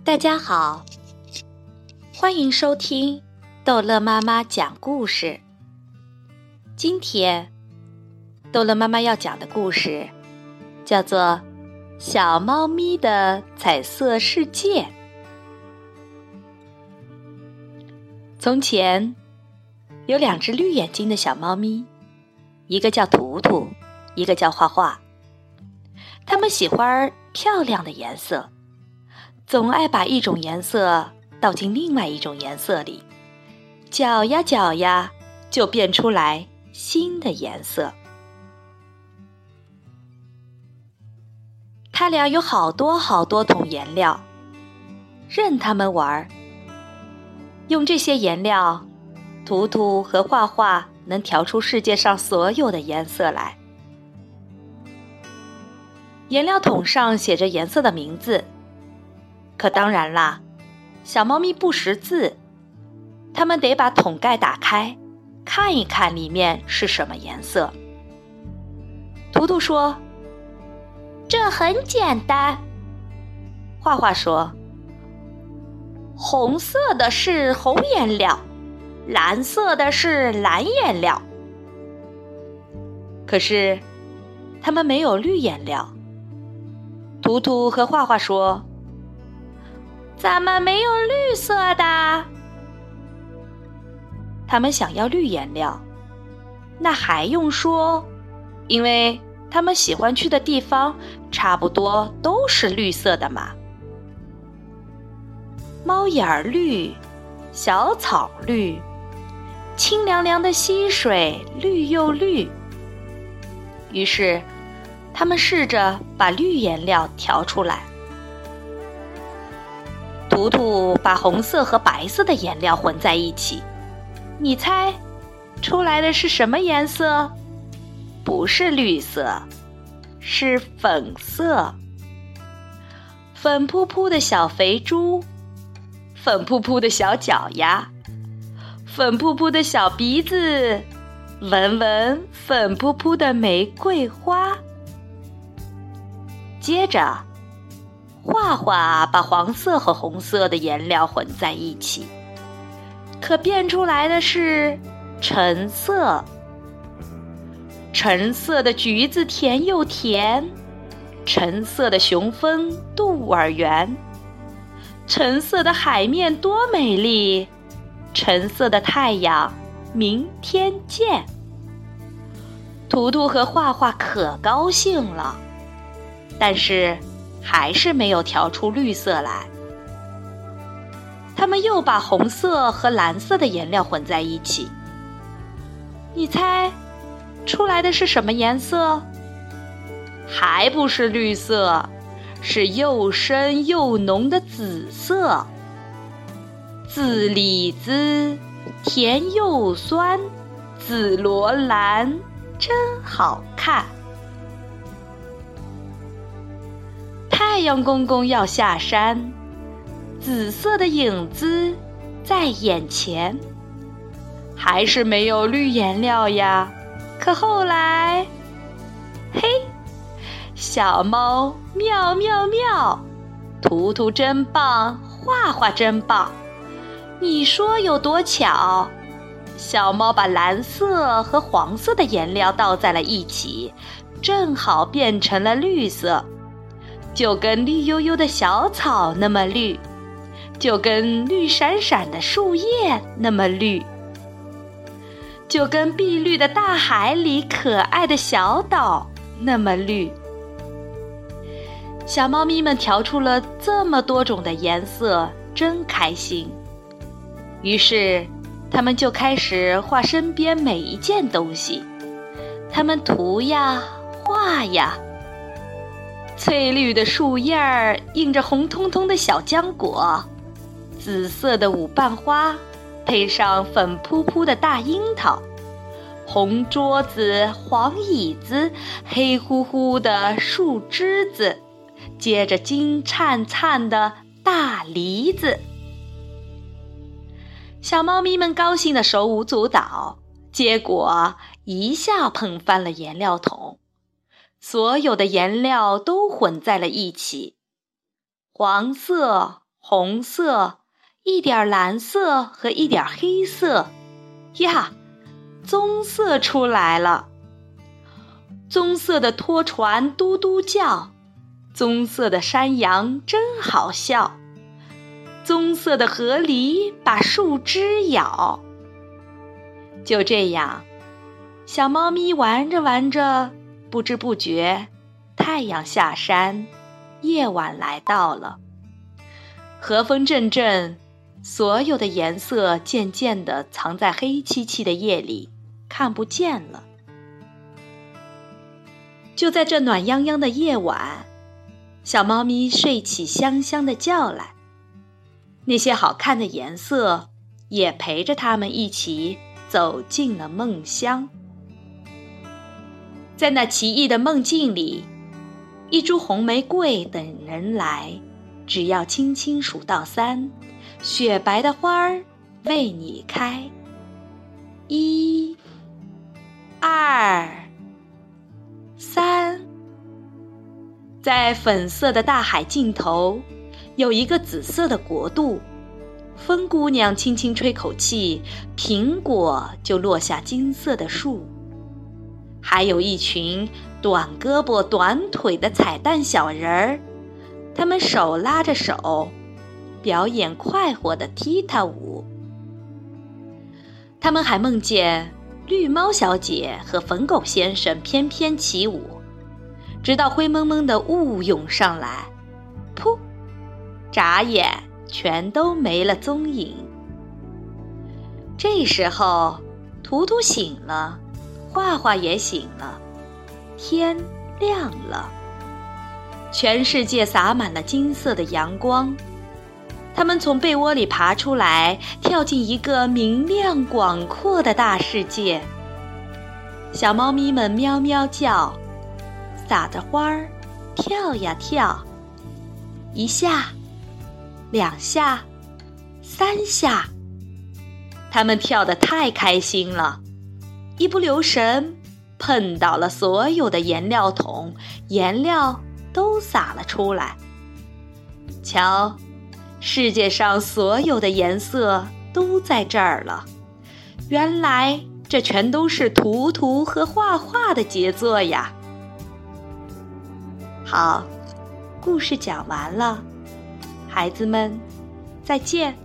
大家好，欢迎收听逗乐妈妈讲故事。今天逗乐妈妈要讲的故事叫做《小猫咪的彩色世界》。从前有两只绿眼睛的小猫咪，一个叫图图，一个叫画画。它们喜欢漂亮的颜色，总爱把一种颜色倒进另外一种颜色里，搅呀搅呀，就变出来新的颜色。它俩有好多好多种颜料，任它们玩。用这些颜料，图图和画画能调出世界上所有的颜色来。颜料桶上写着颜色的名字，可当然啦，小猫咪不识字，它们得把桶盖打开，看一看里面是什么颜色。图图说：“这很简单。”画画说：“红色的是红颜料，蓝色的是蓝颜料。”可是它们没有绿颜料。图图和画画说：“咱们没有绿色的。”他们想要绿颜料，那还用说，因为他们喜欢去的地方差不多都是绿色的嘛。猫眼儿绿，小草绿，清凉凉的溪水绿又绿。于是他们试着把绿颜料调出来。图图把红色和白色的颜料混在一起，你猜出来的是什么颜色？不是绿色，是粉色。粉扑扑的小肥猪，粉扑扑的小脚丫，粉扑扑的小鼻子，闻闻粉扑扑的玫瑰花。接着画画把黄色和红色的颜料混在一起，可变出来的是橙色。橙色的橘子甜又甜，橙色的雄蜂肚儿圆，橙色的海面多美丽，橙色的太阳明天见。图图和画画可高兴了，但是还是没有调出绿色来。他们又把红色和蓝色的颜料混在一起，你猜出来的是什么颜色？还不是绿色，是又深又浓的紫色。紫李子甜又酸，紫罗兰真好看。太阳公公要下山，紫色的影子在眼前，还是没有绿颜料呀。可后来，嘿，小猫妙妙妙，图图真棒，画画真棒。你说有多巧？小猫把蓝色和黄色的颜料倒在了一起，正好变成了绿色。就跟绿油油的小草那么绿，就跟绿闪闪的树叶那么绿，就跟碧绿的大海里可爱的小岛那么绿。小猫咪们调出了这么多种的颜色，真开心。于是它们就开始画身边每一件东西，它们涂呀画呀。翠绿的树叶儿映着红彤彤的小浆果，紫色的舞瓣花配上粉扑扑的大樱桃，红桌子黄椅子，黑乎乎的树枝子，接着金灿灿的大梨子。小猫咪们高兴得手舞足蹈，结果一下碰翻了颜料桶，所有的颜料都混在了一起，黄色、 红色，一点蓝色和一点黑色，呀，棕色出来了。棕色的拖船嘟嘟叫，棕色的山羊真好笑，棕色的河狸把树枝咬。就这样，小猫咪玩着玩着，不知不觉，太阳下山，夜晚来到了。和风阵阵，所有的颜色渐渐地藏在黑漆漆的夜里，看不见了。就在这暖洋洋的夜晚，小猫咪睡起香香的觉来，那些好看的颜色也陪着它们一起走进了梦乡。在那奇异的梦境里，一株红玫瑰等人来，只要轻轻数到3，雪白的花儿为你开。1、2、3。在粉色的大海尽头，有一个紫色的国度。风姑娘轻轻吹口气，苹果就落下金色的树。还有一群短胳膊短腿的彩蛋小人儿，他们手拉着手，表演快活的踢踏舞。他们还梦见绿猫小姐和粉狗先生翩翩起舞，直到灰蒙蒙的雾涌上来，噗，眨眼全都没了踪影。这时候，图图醒了，画画也醒了，天亮了，全世界洒满了金色的阳光。他们从被窝里爬出来，跳进一个明亮广阔的大世界。小猫咪们喵喵叫，撒着花儿，跳呀跳，1下，2下，3下，它们跳得太开心了，一不留神碰倒了所有的颜料桶，颜料都洒了出来。瞧，世界上所有的颜色都在这儿了，原来这全都是涂涂和画画的杰作呀。好，故事讲完了，孩子们，再见。